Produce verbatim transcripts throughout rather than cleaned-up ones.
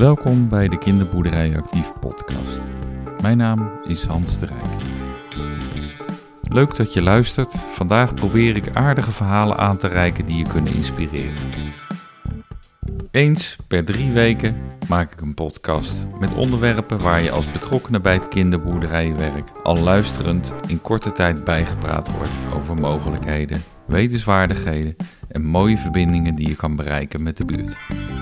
Welkom bij de Kinderboerderij Actief podcast. Mijn naam is Hans de Rijk. Leuk dat je luistert. Vandaag probeer ik aardige verhalen aan te reiken die je kunnen inspireren. Eens per drie weken maak ik een podcast met onderwerpen waar je als betrokkenen bij het kinderboerderijenwerk al luisterend in korte tijd bijgepraat wordt over mogelijkheden, wetenswaardigheden en mooie verbindingen die je kan bereiken met de buurt.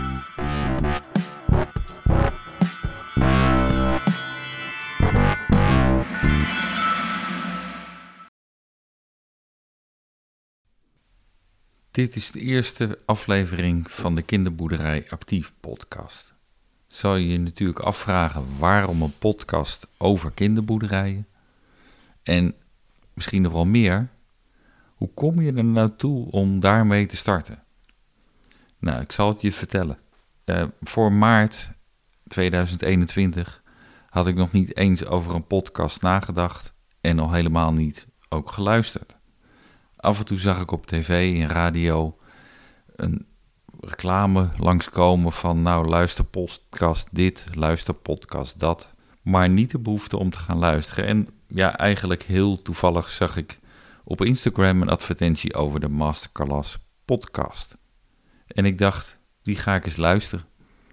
Dit is de eerste aflevering van de Kinderboerderij Actief podcast. Zal je je natuurlijk afvragen waarom een podcast over kinderboerderijen? En misschien nog wel meer, hoe kom je er nou toe om daarmee te starten? Nou, ik zal het je vertellen. Uh, voor maart tweeduizend eenentwintig had ik nog niet eens over een podcast nagedacht en al helemaal niet ook geluisterd. Af en toe zag ik op tv en radio een reclame langskomen van nou luister podcast dit, luister podcast dat. Maar niet de behoefte om te gaan luisteren. En ja, eigenlijk heel toevallig zag ik op Instagram een advertentie over de Masterclass podcast. En ik dacht, die ga ik eens luisteren.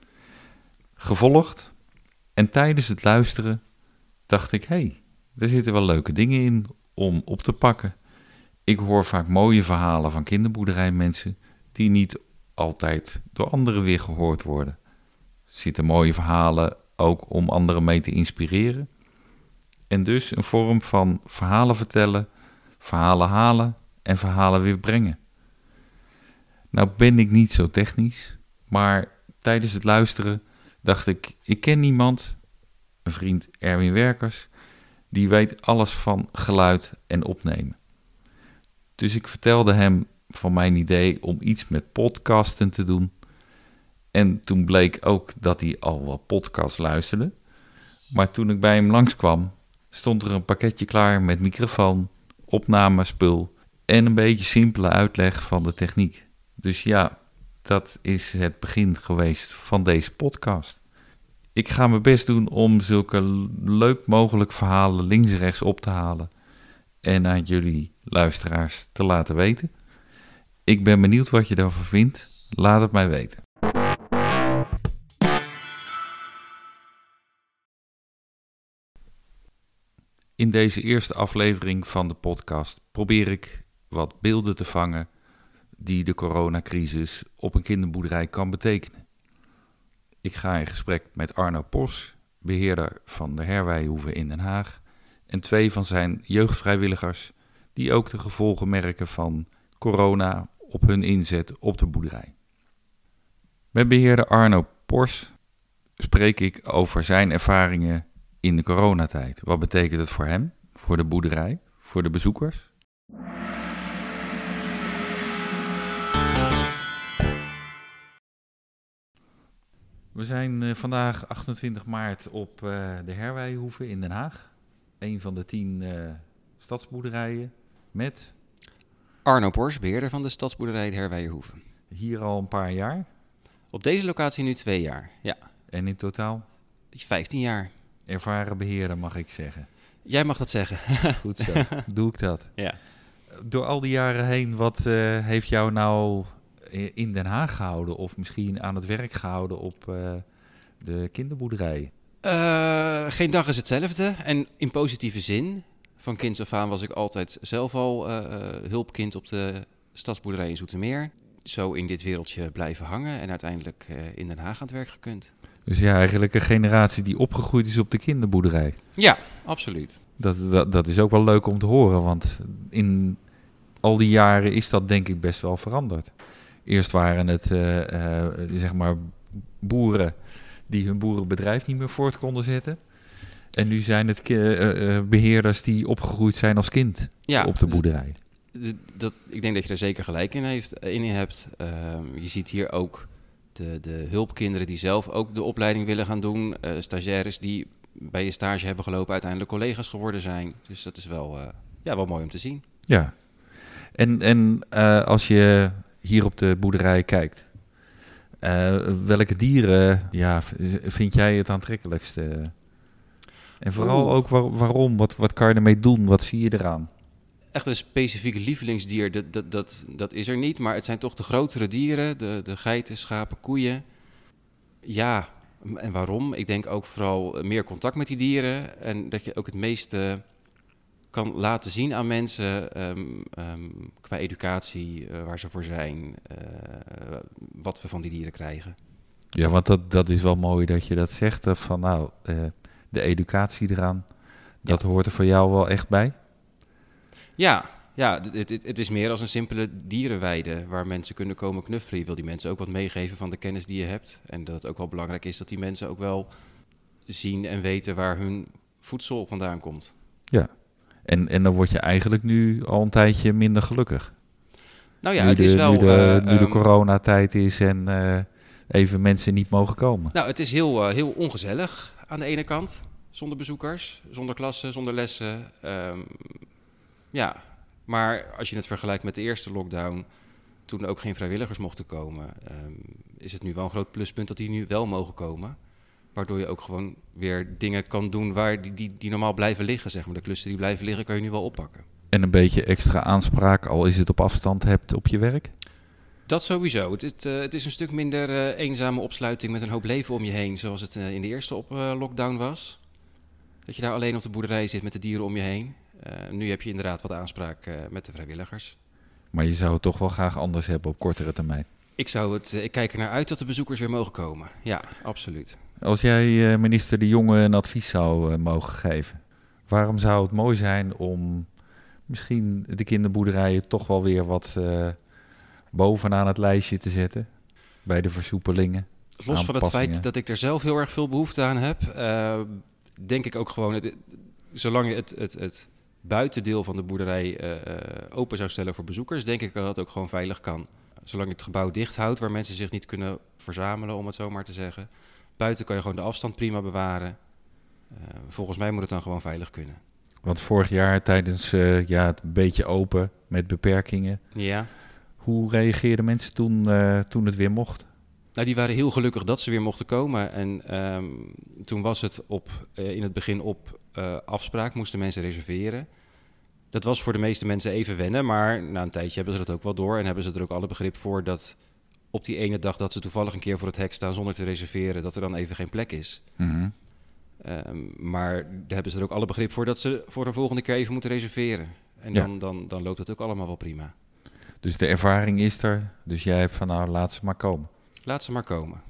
Gevolgd. En tijdens het luisteren dacht ik, hé, hey, er zitten wel leuke dingen in om op te pakken. Ik hoor vaak mooie verhalen van kinderboerderijmensen die niet altijd door anderen weer gehoord worden. Er zitten mooie verhalen ook om anderen mee te inspireren. En dus een vorm van verhalen vertellen, verhalen halen en verhalen weer brengen. Nou ben ik niet zo technisch, maar tijdens het luisteren dacht ik, ik ken iemand, een vriend Erwin Werkers, die weet alles van geluid en opnemen. Dus ik vertelde hem van mijn idee om iets met podcasten te doen. En toen bleek ook dat hij al wel podcasts luisterde. Maar toen ik bij hem langskwam, stond er een pakketje klaar met microfoon, opnamespul en een beetje simpele uitleg van de techniek. Dus ja, dat is het begin geweest van deze podcast. Ik ga mijn best doen om zulke leuk mogelijk verhalen links en rechts op te halen en aan jullie luisteraars te laten weten. Ik ben benieuwd wat je daarvan vindt. Laat het mij weten. In deze eerste aflevering van de podcast probeer ik wat beelden te vangen die de coronacrisis op een kinderboerderij kan betekenen. Ik ga in gesprek met Arno Pors, beheerder van de Herwijhoeve in Den Haag, en twee van zijn jeugdvrijwilligers die ook de gevolgen merken van corona op hun inzet op de boerderij. Met beheerder Arno Pors spreek ik over zijn ervaringen in de coronatijd. Wat betekent het voor hem, voor de boerderij, voor de bezoekers? We zijn uh, vandaag achtentwintig maart op uh, de Herwijhoeve in Den Haag. Een van de tien uh, stadsboerderijen met Arno Pors, beheerder van de stadsboerderij de Herwijhoeve. Hier al een paar jaar? Op deze locatie nu twee jaar, ja. En in totaal? vijftien jaar. Ervaren beheerder mag ik zeggen. Jij mag dat zeggen. Goed zo, doe ik dat. Ja. Door al die jaren heen, wat uh, heeft jou nou in Den Haag gehouden of misschien aan het werk gehouden op uh, de kinderboerderij? Uh, geen dag is hetzelfde en in positieve zin. Van kinds af aan was ik altijd zelf al uh, hulpkind op de stadsboerderij in Zoetermeer. Zo in dit wereldje blijven hangen en uiteindelijk uh, in Den Haag aan het werk gekund. Dus ja, eigenlijk een generatie die opgegroeid is op de kinderboerderij. Ja, absoluut. Dat, dat, dat is ook wel leuk om te horen, want in al die jaren is dat denk ik best wel veranderd. Eerst waren het uh, uh, zeg maar boeren die hun boerenbedrijf niet meer voort konden zetten. En nu zijn het uh, uh, beheerders die opgegroeid zijn als kind ja, op de boerderij. D- dat, ik denk dat je er zeker gelijk in, heeft, in hebt. Uh, je ziet hier ook de, de hulpkinderen die zelf ook de opleiding willen gaan doen. Uh, stagiaires die bij je stage hebben gelopen uiteindelijk collega's geworden zijn. Dus dat is wel, uh, ja, wel mooi om te zien. Ja, en, en uh, als je hier op de boerderij kijkt, Uh, welke dieren ja, vind jij het aantrekkelijkste? En vooral Oeh. ook waar, waarom? Wat, wat kan je ermee doen? Wat zie je eraan? Echt een specifiek lievelingsdier, dat, dat, dat, dat is er niet. Maar het zijn toch de grotere dieren, de, de geiten, schapen, koeien. Ja, en waarom? Ik denk ook vooral meer contact met die dieren. En dat je ook het meeste kan laten zien aan mensen um, um, qua educatie, uh, waar ze voor zijn, uh, wat we van die dieren krijgen. Ja, want dat, dat is wel mooi dat je dat zegt, uh, van nou, uh, de educatie eraan, dat ja. hoort er voor jou wel echt bij? Ja, ja het, het, het is meer als een simpele dierenweide waar mensen kunnen komen knuffelen. Je wil die mensen ook wat meegeven van de kennis die je hebt. En dat het ook wel belangrijk is dat die mensen ook wel zien en weten waar hun voedsel vandaan komt. Ja, en, en dan word je eigenlijk nu al een tijdje minder gelukkig. Nou ja, nu het de, is wel... Nu de, uh, nu de um, coronatijd is en uh, even mensen niet mogen komen. Nou, het is heel, uh, heel ongezellig aan de ene kant. Zonder bezoekers, zonder klassen, zonder lessen. Um, ja, maar als je het vergelijkt met de eerste lockdown, toen er ook geen vrijwilligers mochten komen, um, is het nu wel een groot pluspunt dat die nu wel mogen komen. Waardoor je ook gewoon weer dingen kan doen waar die, die, die normaal blijven liggen, zeg maar. De klussen die blijven liggen kan je nu wel oppakken. En een beetje extra aanspraak, al is het op afstand, hebt op je werk? Dat sowieso. Het, het, uh, het is een stuk minder uh, eenzame opsluiting met een hoop leven om je heen, zoals het uh, in de eerste op, uh, lockdown was. Dat je daar alleen op de boerderij zit met de dieren om je heen. Uh, nu heb je inderdaad wat aanspraak uh, met de vrijwilligers. Maar je zou het toch wel graag anders hebben op kortere termijn? Ik, zou het, uh, ik kijk er naar uit dat de bezoekers weer mogen komen. Ja, absoluut. Als jij uh, minister De Jonge een advies zou uh, mogen geven, waarom zou het mooi zijn om misschien de kinderboerderijen toch wel weer wat uh, bovenaan het lijstje te zetten bij de versoepelingen? Los van het feit dat ik er zelf heel erg veel behoefte aan heb, uh, denk ik ook gewoon, het, zolang je het, het, het buitendeel van de boerderij uh, open zou stellen voor bezoekers, denk ik dat het ook gewoon veilig kan. Zolang je het gebouw dicht houdt, waar mensen zich niet kunnen verzamelen, om het zo maar te zeggen. Buiten kan je gewoon de afstand prima bewaren. Uh, volgens mij moet het dan gewoon veilig kunnen. Want vorig jaar tijdens uh, ja, het beetje open met beperkingen, ja. Hoe reageerden mensen toen, uh, toen het weer mocht? Nou, die waren heel gelukkig dat ze weer mochten komen. En um, toen was het op, uh, in het begin op uh, afspraak, moesten mensen reserveren. Dat was voor de meeste mensen even wennen, maar na een tijdje hebben ze dat ook wel door. En hebben ze er ook alle begrip voor dat op die ene dag dat ze toevallig een keer voor het hek staan zonder te reserveren, dat er dan even geen plek is. Mm-hmm. Um, maar daar hebben ze er ook alle begrip voor dat ze voor de volgende keer even moeten reserveren. En dan, ja. dan, dan loopt het ook allemaal wel prima. Dus de ervaring is er, dus jij hebt van nou, laat ze maar komen. Laat ze maar komen.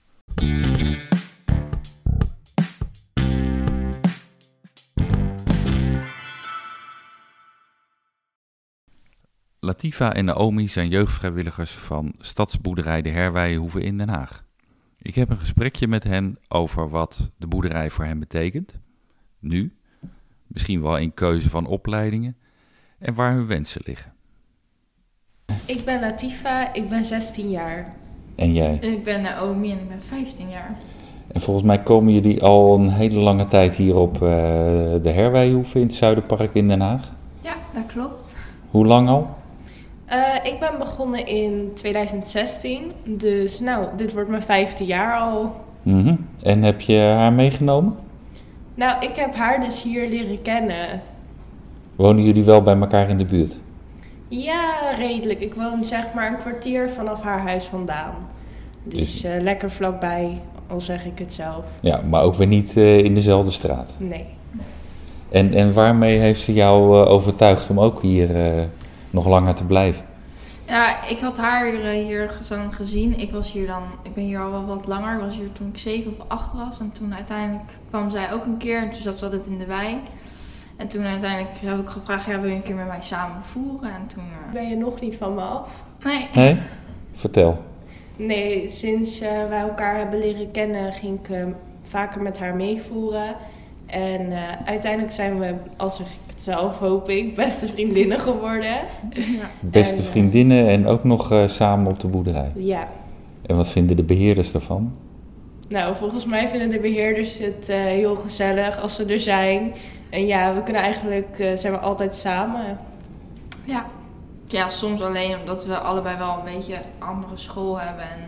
Latifa en Naomi zijn jeugdvrijwilligers van Stadsboerderij De Herwijenhoeve in Den Haag. Ik heb een gesprekje met hen over wat de boerderij voor hen betekent, nu, misschien wel in keuze van opleidingen en waar hun wensen liggen. Ik ben Latifa, ik ben zestien jaar. En jij? En ik ben Naomi en ik ben vijftien jaar. En volgens mij komen jullie al een hele lange tijd hier op uh, de Herwijenhoeve in het Zuiderpark in Den Haag. Ja, dat klopt. Hoe lang al? Uh, ik ben begonnen in tweeduizend zestien, dus nou, dit wordt mijn vijfde jaar al. Mm-hmm. En heb je haar meegenomen? Nou, ik heb haar dus hier leren kennen. Wonen jullie wel bij elkaar in de buurt? Ja, redelijk. Ik woon zeg maar een kwartier vanaf haar huis vandaan. Dus, dus uh, lekker vlakbij, al zeg ik het zelf. Ja, maar ook weer niet uh, in dezelfde straat? Nee. En, en waarmee heeft ze jou uh, overtuigd om ook hier uh, nog langer te blijven? Ja, ik had haar hier, hier zo gezien. Ik was hier dan, ik ben hier al wel wat langer. Ik was hier toen ik zeven of acht was. En toen uiteindelijk kwam zij ook een keer. En toen zat ze altijd in de wei. En toen uiteindelijk heb ik gevraagd, ja, wil je een keer met mij samen voeren? En toen... Uh... Ben je nog niet van me af? Nee. Nee? Vertel. Nee, sinds uh, wij elkaar hebben leren kennen, ging ik uh, vaker met haar meevoeren. En uh, uiteindelijk zijn we, als ik het zelf hoop ik, beste vriendinnen geworden. Ja. Beste en, vriendinnen en ook nog uh, samen op de boerderij? Ja. En wat vinden de beheerders ervan? Nou, volgens mij vinden de beheerders het uh, heel gezellig als ze er zijn. En ja, we kunnen eigenlijk, uh, zijn we altijd samen. Ja. Ja, soms alleen omdat we allebei wel een beetje een andere school hebben. En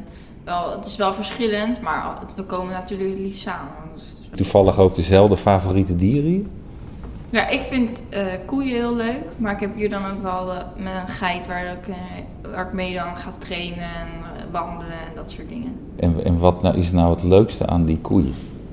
wel, het is wel verschillend, maar het- we komen natuurlijk het liefst samen. Dus het is wel- Toevallig ook dezelfde favoriete dieren hier? Ja, ik vind eh, koeien heel leuk, maar ik heb hier dan ook wel eh, met een geit waar ik, eh, waar ik mee dan ga trainen en eh, wandelen en dat soort dingen. En, en wat nou, is nou het leukste aan die koeien?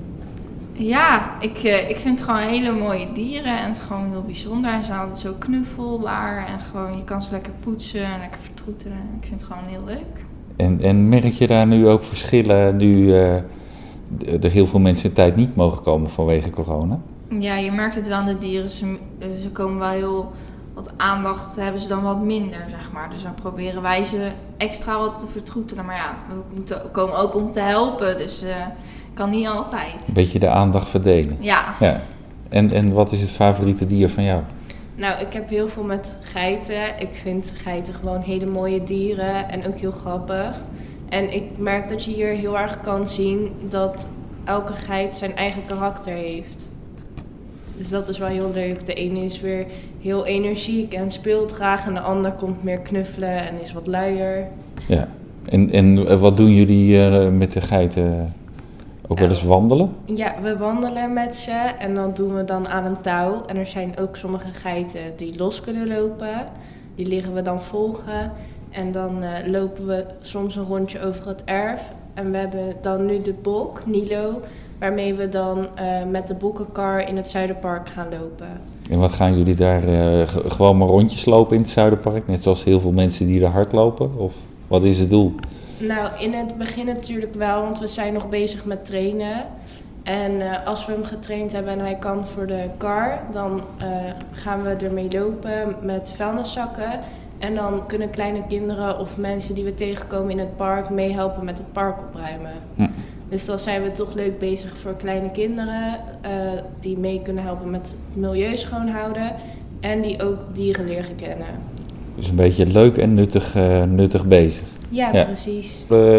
Ja, ik, eh, ik vind het gewoon hele mooie dieren en het is gewoon heel bijzonder. En ze zijn altijd zo knuffelbaar en gewoon, je kan ze lekker poetsen en lekker vertroetelen. Ik vind het gewoon heel leuk. En, en merk je daar nu ook verschillen nu eh, d- er heel veel mensen in tijd niet mogen komen vanwege corona? Ja, je merkt het wel aan de dieren. Ze, eh, ze komen wel heel wat aandacht, hebben ze dan wat minder, zeg maar. Dus dan proberen wij ze extra wat te vertroetelen. Maar ja, we moeten, komen ook om te helpen, dus eh kan niet altijd. Een beetje de aandacht verdelen. Ja, Ja. En, en wat is het favoriete dier van jou? Nou, ik heb heel veel met geiten. Ik vind geiten gewoon hele mooie dieren en ook heel grappig. En ik merk dat je hier heel erg kan zien dat elke geit zijn eigen karakter heeft. Dus dat is wel heel leuk. De ene is weer heel energiek en speelt graag en de ander komt meer knuffelen en is wat luier. Ja. En, en wat doen jullie eh, met de geiten? Ook wel eens wandelen? Ja, we wandelen met ze en dan doen we dan aan een touw. En er zijn ook sommige geiten die los kunnen lopen. Die liggen we dan volgen. En dan uh, lopen we soms een rondje over het erf. En we hebben dan nu de bok, Nilo, waarmee we dan uh, met de bokkenkar in het Zuiderpark gaan lopen. En wat gaan jullie daar uh, g- gewoon maar rondjes lopen in het Zuiderpark? Net zoals heel veel mensen die er hard lopen? Of wat is het doel? Nou, in het begin natuurlijk wel, want we zijn nog bezig met trainen. En uh, als we hem getraind hebben en hij kan voor de car, dan uh, gaan we ermee lopen met vuilniszakken. En dan kunnen kleine kinderen of mensen die we tegenkomen in het park meehelpen met het park opruimen. Hm. Dus dan zijn we toch leuk bezig voor kleine kinderen uh, die mee kunnen helpen met het milieu schoonhouden. En die ook dieren leren kennen. Dus een beetje leuk en nuttig, uh, nuttig bezig. Ja, Ja. precies. Uh,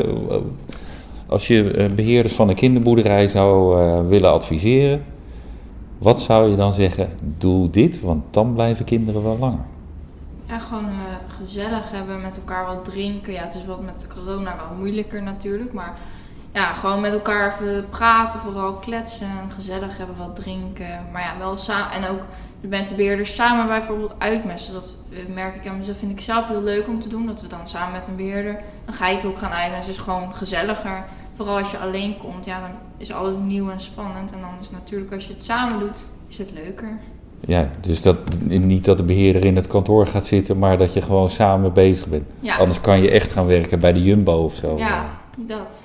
als je uh, beheerders van een kinderboerderij zou uh, willen adviseren, wat zou je dan zeggen? Doe dit, want dan blijven kinderen wel langer. ja gewoon uh, gezellig hebben, met elkaar wat drinken. Ja, het is wat met corona wel moeilijker natuurlijk, maar ja, gewoon met elkaar even praten, vooral kletsen, gezellig hebben, wat drinken. Maar ja, wel samen. En ook je bent de beheerders samen bijvoorbeeld uitmesten. Dat merk ik aan mezelf, vind ik zelf heel leuk om te doen. Dat we dan samen met een beheerder een geitenhok gaan uitmesten. Het is gewoon gezelliger. Vooral als je alleen komt, ja, dan is alles nieuw en spannend. En dan is het natuurlijk, als je het samen doet, is het leuker. Ja, dus dat, niet dat de beheerder in het kantoor gaat zitten, maar dat je gewoon samen bezig bent. Ja, Anders kan je echt gaan werken bij de Jumbo of zo. ja dat.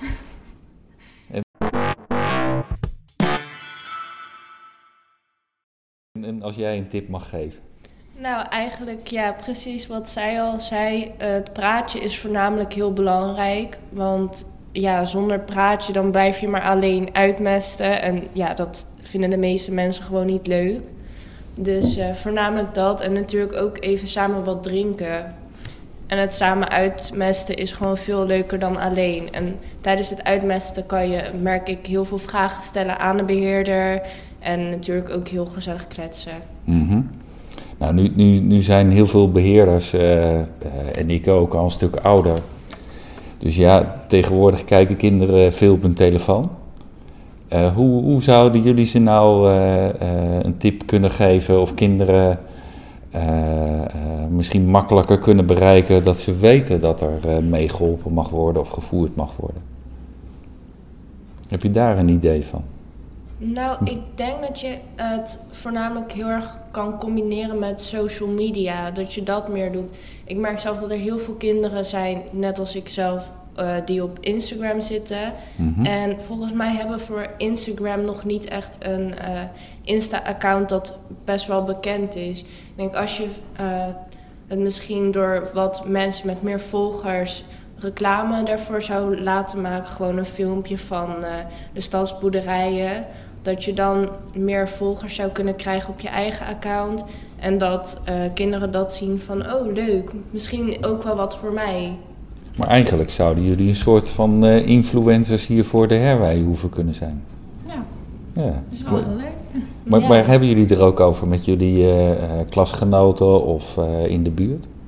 En, en als jij een tip mag geven. Nou, eigenlijk ja, precies wat zij al zei. Uh, het praatje is voornamelijk heel belangrijk. Want ja, zonder praatje dan blijf je maar alleen uitmesten. En ja, dat vinden de meeste mensen gewoon niet leuk. Dus uh, voornamelijk dat. En natuurlijk ook even samen wat drinken. En het samen uitmesten is gewoon veel leuker dan alleen. En tijdens het uitmesten kan je, merk ik, heel veel vragen stellen aan de beheerder. En natuurlijk ook heel gezellig kletsen. Mm-hmm. Nou, nu, nu, nu zijn heel veel beheerders, uh, uh, en ik ook, al een stuk ouder. Dus ja, tegenwoordig kijken kinderen veel op hun telefoon. Uh, hoe, hoe zouden jullie ze nou uh, uh, een tip kunnen geven of kinderen uh, uh, misschien makkelijker kunnen bereiken dat ze weten dat er uh, meegeholpen mag worden of gevoerd mag worden? Heb je daar een idee van? Nou, ik denk dat je het voornamelijk heel erg kan combineren met social media. Dat je dat meer doet. Ik merk zelf dat er heel veel kinderen zijn, net als ik zelf, uh, die op Instagram zitten. Mm-hmm. En volgens mij hebben we voor Instagram nog niet echt een uh, Insta-account dat best wel bekend is. Ik denk als je uh, het misschien door wat mensen met meer volgers reclame daarvoor zou laten maken, gewoon een filmpje van uh, de stadsboerderijen, dat je dan meer volgers zou kunnen krijgen op je eigen account en dat uh, kinderen dat zien van, oh leuk, misschien ook wel wat voor mij. Maar eigenlijk zouden jullie een soort van uh, influencers hier voor de Herwijhoeve kunnen zijn. Ja, Ja. dat is wel Maar, heel leuk. maar, Ja. maar hebben jullie er ook over met jullie uh, uh, klasgenoten of uh, in de buurt?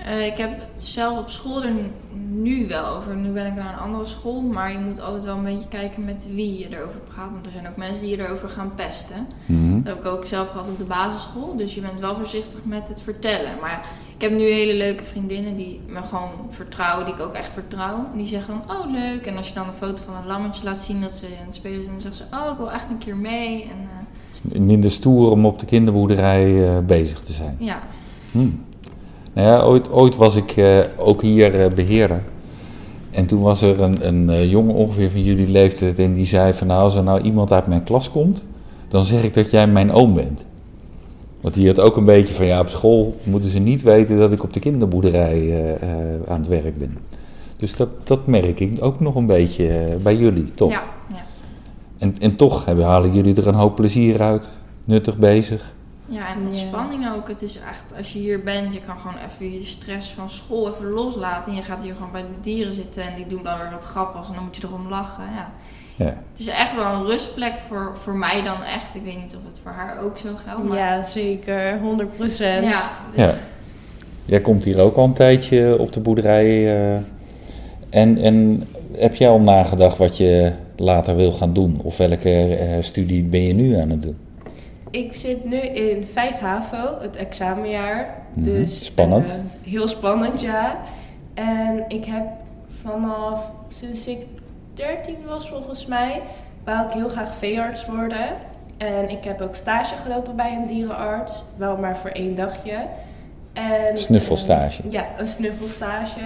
Uh, ik heb het zelf op school er nu wel over. Nu ben ik naar een andere school. Maar je moet altijd wel een beetje kijken met wie je erover praat. Want er zijn ook mensen die je erover gaan pesten. Mm-hmm. Dat heb ik ook zelf gehad op de basisschool. Dus je bent wel voorzichtig met het vertellen. Maar ik heb nu hele leuke vriendinnen die me gewoon vertrouwen. Die ik ook echt vertrouw. En die zeggen dan, oh leuk. En als je dan een foto van een lammetje laat zien dat ze aan het spelen zijn. Dan zeggen ze, oh ik wil echt een keer mee. En, uh, minder stoer om op de kinderboerderij uh, bezig te zijn. Ja. Hmm. Nou ja, ooit, ooit was ik uh, ook hier uh, beheerder. En toen was er een, een uh, jongen ongeveer van jullie leeftijd en die zei van nou, als er nou iemand uit mijn klas komt, dan zeg ik dat jij mijn oom bent. Want die had ook een beetje van ja, op school moeten ze niet weten dat ik op de kinderboerderij uh, uh, aan het werk ben. Dus dat, dat merk ik ook nog een beetje uh, bij jullie, toch? Ja, ja. En, en toch hebben, halen jullie er een hoop plezier uit, nuttig bezig. Ja, en ontspanning ook. Het is echt, als je hier bent, je kan gewoon even je stress van school even loslaten. En je gaat hier gewoon bij de dieren zitten en die doen dan weer wat grappigs en dan moet je erom lachen. Ja. Ja. Het is echt wel een rustplek voor, voor mij dan echt. Ik weet niet of het voor haar ook zo geldt. Maar... Ja, zeker. honderd procent. Ja, dus... ja. Jij komt hier ook al een tijdje op de boerderij. Uh, en, en heb jij al nagedacht wat je later wil gaan doen? Of welke uh, studie ben je nu aan het doen? Ik zit nu in vijf HAVO, het examenjaar. Mm-hmm. Dus, spannend. Uh, heel spannend, ja. En ik heb vanaf sinds ik dertien was volgens mij, wou ik heel graag veearts worden. En ik heb ook stage gelopen bij een dierenarts, wel maar voor één dagje. En, Snuffelstage. Uh, ja, een snuffelstage.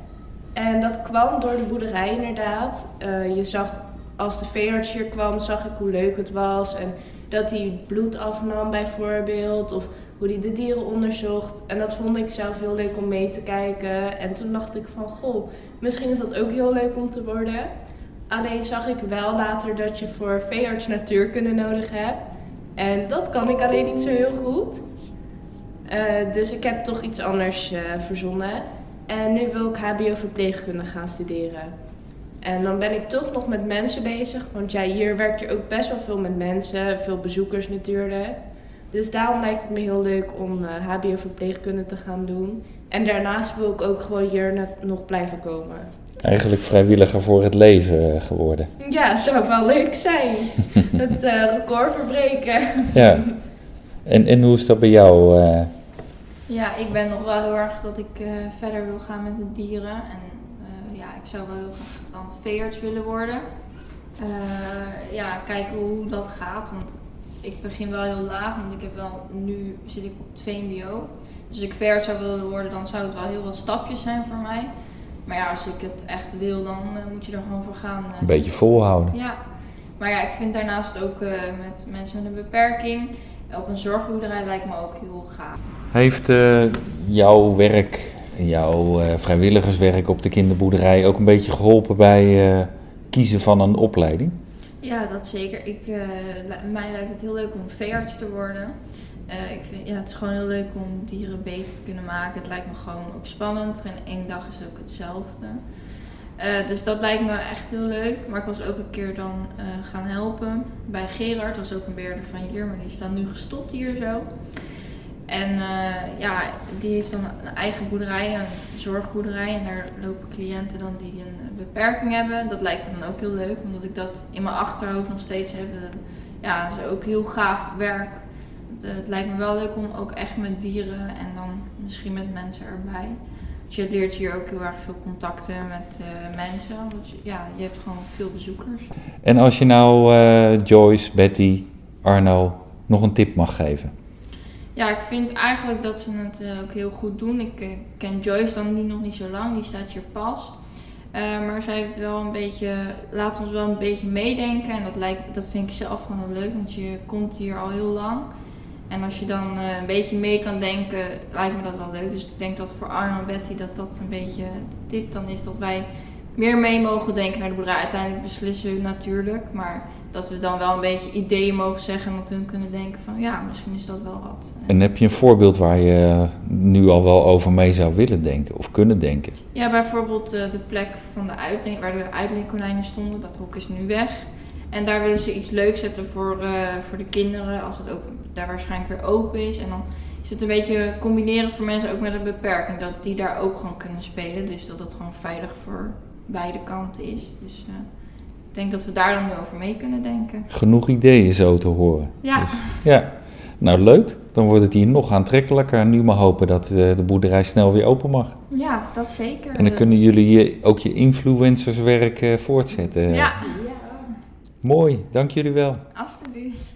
En dat kwam door de boerderij inderdaad. Uh, je zag, als de veearts hier kwam, zag ik hoe leuk het was. En dat hij bloed afnam bijvoorbeeld, of hoe hij de dieren onderzocht. En dat vond ik zelf heel leuk om mee te kijken. En toen dacht ik van, goh, misschien is dat ook heel leuk om te worden. Alleen zag ik wel later dat je voor veearts natuurkunde nodig hebt. En dat kan ik alleen niet zo heel goed. Uh, dus ik heb toch iets anders uh, verzonnen. En nu wil ik H B O-verpleegkunde gaan studeren. En dan ben ik toch nog met mensen bezig. Want ja, hier werk je ook best wel veel met mensen. Veel bezoekers natuurlijk. Dus daarom lijkt het me heel leuk om uh, H B O-verpleegkunde te gaan doen. En daarnaast wil ik ook gewoon hier net nog blijven komen. Eigenlijk vrijwilliger voor het leven geworden. Ja, zou wel leuk zijn. Het uh, record verbreken. Ja. En, en hoe is dat bij jou? Uh... Ja, ik ben nog wel heel erg dat ik uh, verder wil gaan met de dieren. En uh, ja, ik zou wel heel graag dan veearts willen worden. Uh, ja, kijken hoe dat gaat. Want ik begin wel heel laag, want ik heb wel, nu zit ik op het V M B O. Dus als ik veearts zou willen worden, dan zou het wel heel wat stapjes zijn voor mij. Maar ja, als ik het echt wil, dan uh, moet je er gewoon voor gaan. Uh, een beetje volhouden. Ja, maar ja, ik vind daarnaast ook uh, met mensen met een beperking op een zorgboerderij lijkt me ook heel gaaf. Heeft uh, jouw werk, jouw uh, vrijwilligerswerk op de kinderboerderij ook een beetje geholpen bij uh, kiezen van een opleiding? Ja, dat zeker. Ik, uh, mij lijkt het heel leuk om veearts te worden. Uh, ik vind, ja, het is gewoon heel leuk om dieren beter te kunnen maken. Het lijkt me gewoon ook spannend. En één dag is ook hetzelfde. Uh, dus dat lijkt me echt heel leuk. Maar ik was ook een keer dan uh, gaan helpen bij Gerard. Dat was ook een beheerder van hier, maar die is dan nu gestopt hier zo. En uh, ja, die heeft dan een eigen boerderij, een zorgboerderij. En daar lopen cliënten dan die een beperking hebben. Dat lijkt me dan ook heel leuk, omdat ik dat in mijn achterhoofd nog steeds heb. Ja, dat is ook heel gaaf werk. Het, uh, het lijkt me wel leuk om ook echt met dieren en dan misschien met mensen erbij. Dus je leert hier ook heel erg veel contacten met uh, mensen. Want je, ja, je hebt gewoon veel bezoekers. En als je nou uh, Joyce, Betty, Arno nog een tip mag geven? Ja, ik vind eigenlijk dat ze het uh, ook heel goed doen. Ik uh, ken Joyce dan nu nog niet zo lang, die staat hier pas. Uh, maar zij heeft wel een beetje, laat ons wel een beetje meedenken. En dat, lijkt, dat vind ik zelf gewoon heel leuk, want je komt hier al heel lang. En als je dan uh, een beetje mee kan denken, lijkt me dat wel leuk. Dus ik denk dat voor Arno en Betty dat dat een beetje de tip dan is. Dat wij meer mee mogen denken naar de boerderij. Uiteindelijk beslissen we natuurlijk, maar dat we dan wel een beetje ideeën mogen zeggen en dat hun kunnen denken van ja, misschien is dat wel wat. En heb je een voorbeeld waar je nu al wel over mee zou willen denken of kunnen denken? Ja, bijvoorbeeld uh, de plek van de uitleen, waar de uitleenkonijnen stonden, dat hok is nu weg. En daar willen ze iets leuks zetten voor, uh, voor de kinderen, als het ook daar waarschijnlijk weer open is. En dan is het een beetje combineren voor mensen ook met een beperking, dat die daar ook gewoon kunnen spelen. Dus dat het gewoon veilig voor beide kanten is. Dus uh, ik denk dat we daar dan nu over mee kunnen denken. Genoeg ideeën zo te horen. Ja. Dus, ja. Nou, leuk. Dan wordt het hier nog aantrekkelijker. Nu maar hopen dat uh, de boerderij snel weer open mag. Ja, dat zeker. En dan kunnen jullie je, ook je influencerswerk uh, voortzetten. Ja. ja. Mooi, dank jullie wel. Alsjeblieft.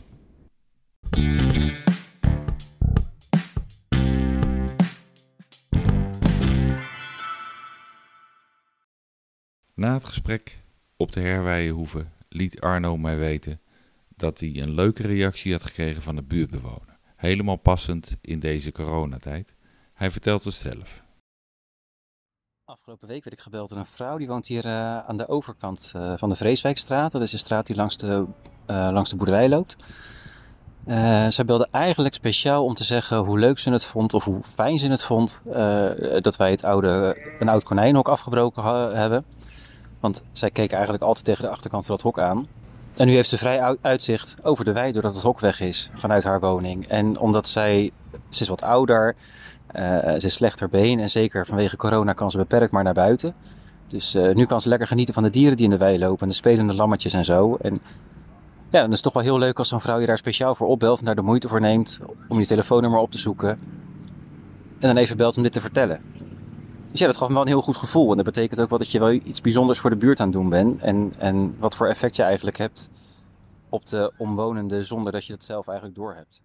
Na het gesprek op de Herwijenhoeve liet Arno mij weten dat hij een leuke reactie had gekregen van de buurtbewoner. Helemaal passend in deze coronatijd. Hij vertelt het zelf. Afgelopen week werd ik gebeld door een vrouw, die woont hier uh, aan de overkant uh, van de Vreeswijkstraat. Dat is de straat die langs de, uh, langs de boerderij loopt. Uh, zij belde eigenlijk speciaal om te zeggen hoe leuk ze het vond, of hoe fijn ze het vond, uh, dat wij het oude, een oud konijnhok afgebroken ha- hebben. Want zij keek eigenlijk altijd tegen de achterkant van dat hok aan. En nu heeft ze vrij uitzicht over de wei, doordat het hok weg is vanuit haar woning. En omdat zij, ze is wat ouder, uh, ze is slechter been en zeker vanwege corona kan ze beperkt maar naar buiten. Dus uh, nu kan ze lekker genieten van de dieren die in de wei lopen en de spelende lammetjes en zo. En ja, dan is het toch wel heel leuk als zo'n vrouw je daar speciaal voor opbelt en daar de moeite voor neemt om je telefoonnummer op te zoeken. En dan even belt om dit te vertellen. Dus ja, dat gaf me wel een heel goed gevoel. En dat betekent ook wel dat je wel iets bijzonders voor de buurt aan het doen bent. En, en wat voor effect je eigenlijk hebt op de omwonenden zonder dat je dat zelf eigenlijk doorhebt.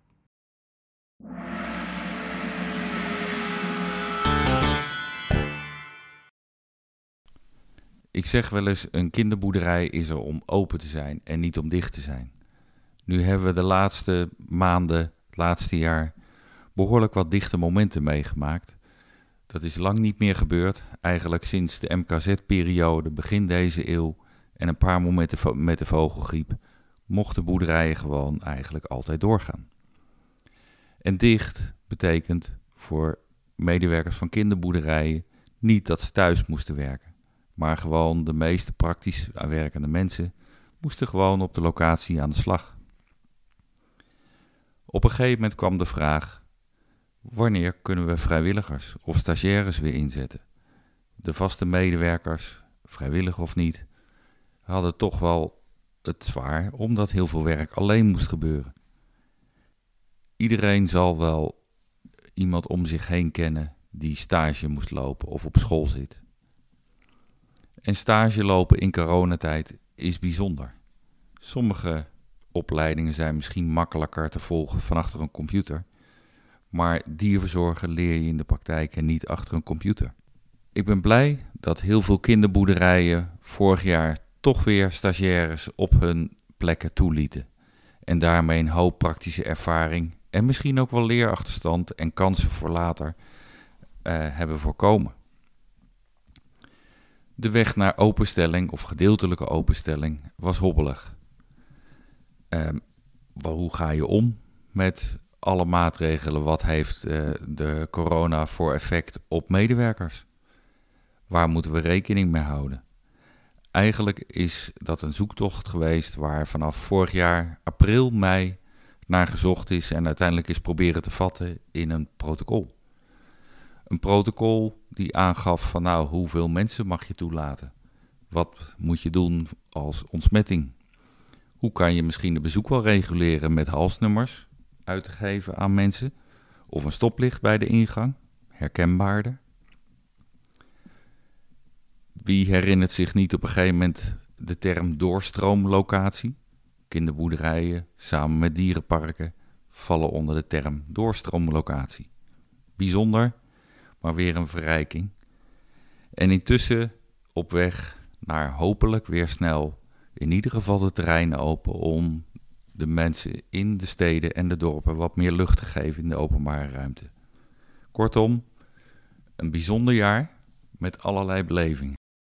Ik zeg wel eens, een kinderboerderij is er om open te zijn en niet om dicht te zijn. Nu hebben we de laatste maanden, het laatste jaar, behoorlijk wat dichte momenten meegemaakt. Dat is lang niet meer gebeurd, eigenlijk sinds de M K Z-periode, begin deze eeuw en een paar momenten met de vogelgriep, mochten boerderijen gewoon eigenlijk altijd doorgaan. En dicht betekent voor medewerkers van kinderboerderijen niet dat ze thuis moesten werken, maar gewoon de meeste praktisch werkende mensen moesten gewoon op de locatie aan de slag. Op een gegeven moment kwam de vraag: wanneer kunnen we vrijwilligers of stagiaires weer inzetten? De vaste medewerkers, vrijwillig of niet, hadden toch wel het zwaar, omdat heel veel werk alleen moest gebeuren. Iedereen zal wel iemand om zich heen kennen die stage moest lopen of op school zit. En stage lopen in coronatijd is bijzonder. Sommige opleidingen zijn misschien makkelijker te volgen van achter een computer, maar dierverzorgen leer je in de praktijk en niet achter een computer. Ik ben blij dat heel veel kinderboerderijen vorig jaar toch weer stagiaires op hun plekken toelieten. En daarmee een hoop praktische ervaring en misschien ook wel leerachterstand en kansen voor later uh, hebben voorkomen. De weg naar openstelling of gedeeltelijke openstelling was hobbelig. Uh, wel, hoe ga je om met alle maatregelen? Wat heeft uh, de corona voor effect op medewerkers? Waar moeten we rekening mee houden? Eigenlijk is dat een zoektocht geweest waar vanaf vorig jaar april, mei naar gezocht is en uiteindelijk is proberen te vatten in een protocol. Een protocol die aangaf van nou, hoeveel mensen mag je toelaten? Wat moet je doen als ontsmetting? Hoe kan je misschien de bezoek wel reguleren met halsnummers uit te geven aan mensen? Of een stoplicht bij de ingang, herkenbaarder? Wie herinnert zich niet op een gegeven moment de term doorstroomlocatie? Kinderboerderijen samen met dierenparken vallen onder de term doorstroomlocatie. Bijzonder, maar weer een verrijking. En intussen op weg naar hopelijk weer snel in ieder geval de terreinen open om de mensen in de steden en de dorpen wat meer lucht te geven in de openbare ruimte. Kortom, een bijzonder jaar met allerlei belevingen.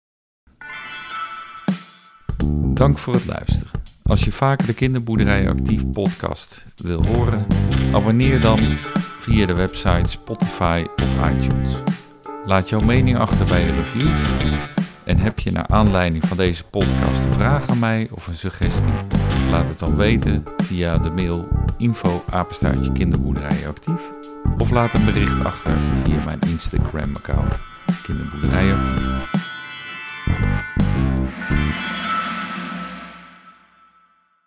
Dank voor het luisteren. Als je vaker de Kinderboerderij Actief podcast wil horen, abonneer dan via de website Spotify of iTunes. Laat jouw mening achter bij de reviews En heb je naar aanleiding van deze podcast een vraag aan mij of een suggestie? Laat het dan weten via de mail info apenstaartje kinderboerderij actief. Of laat een bericht achter via mijn Instagram account kinderboerderij actief.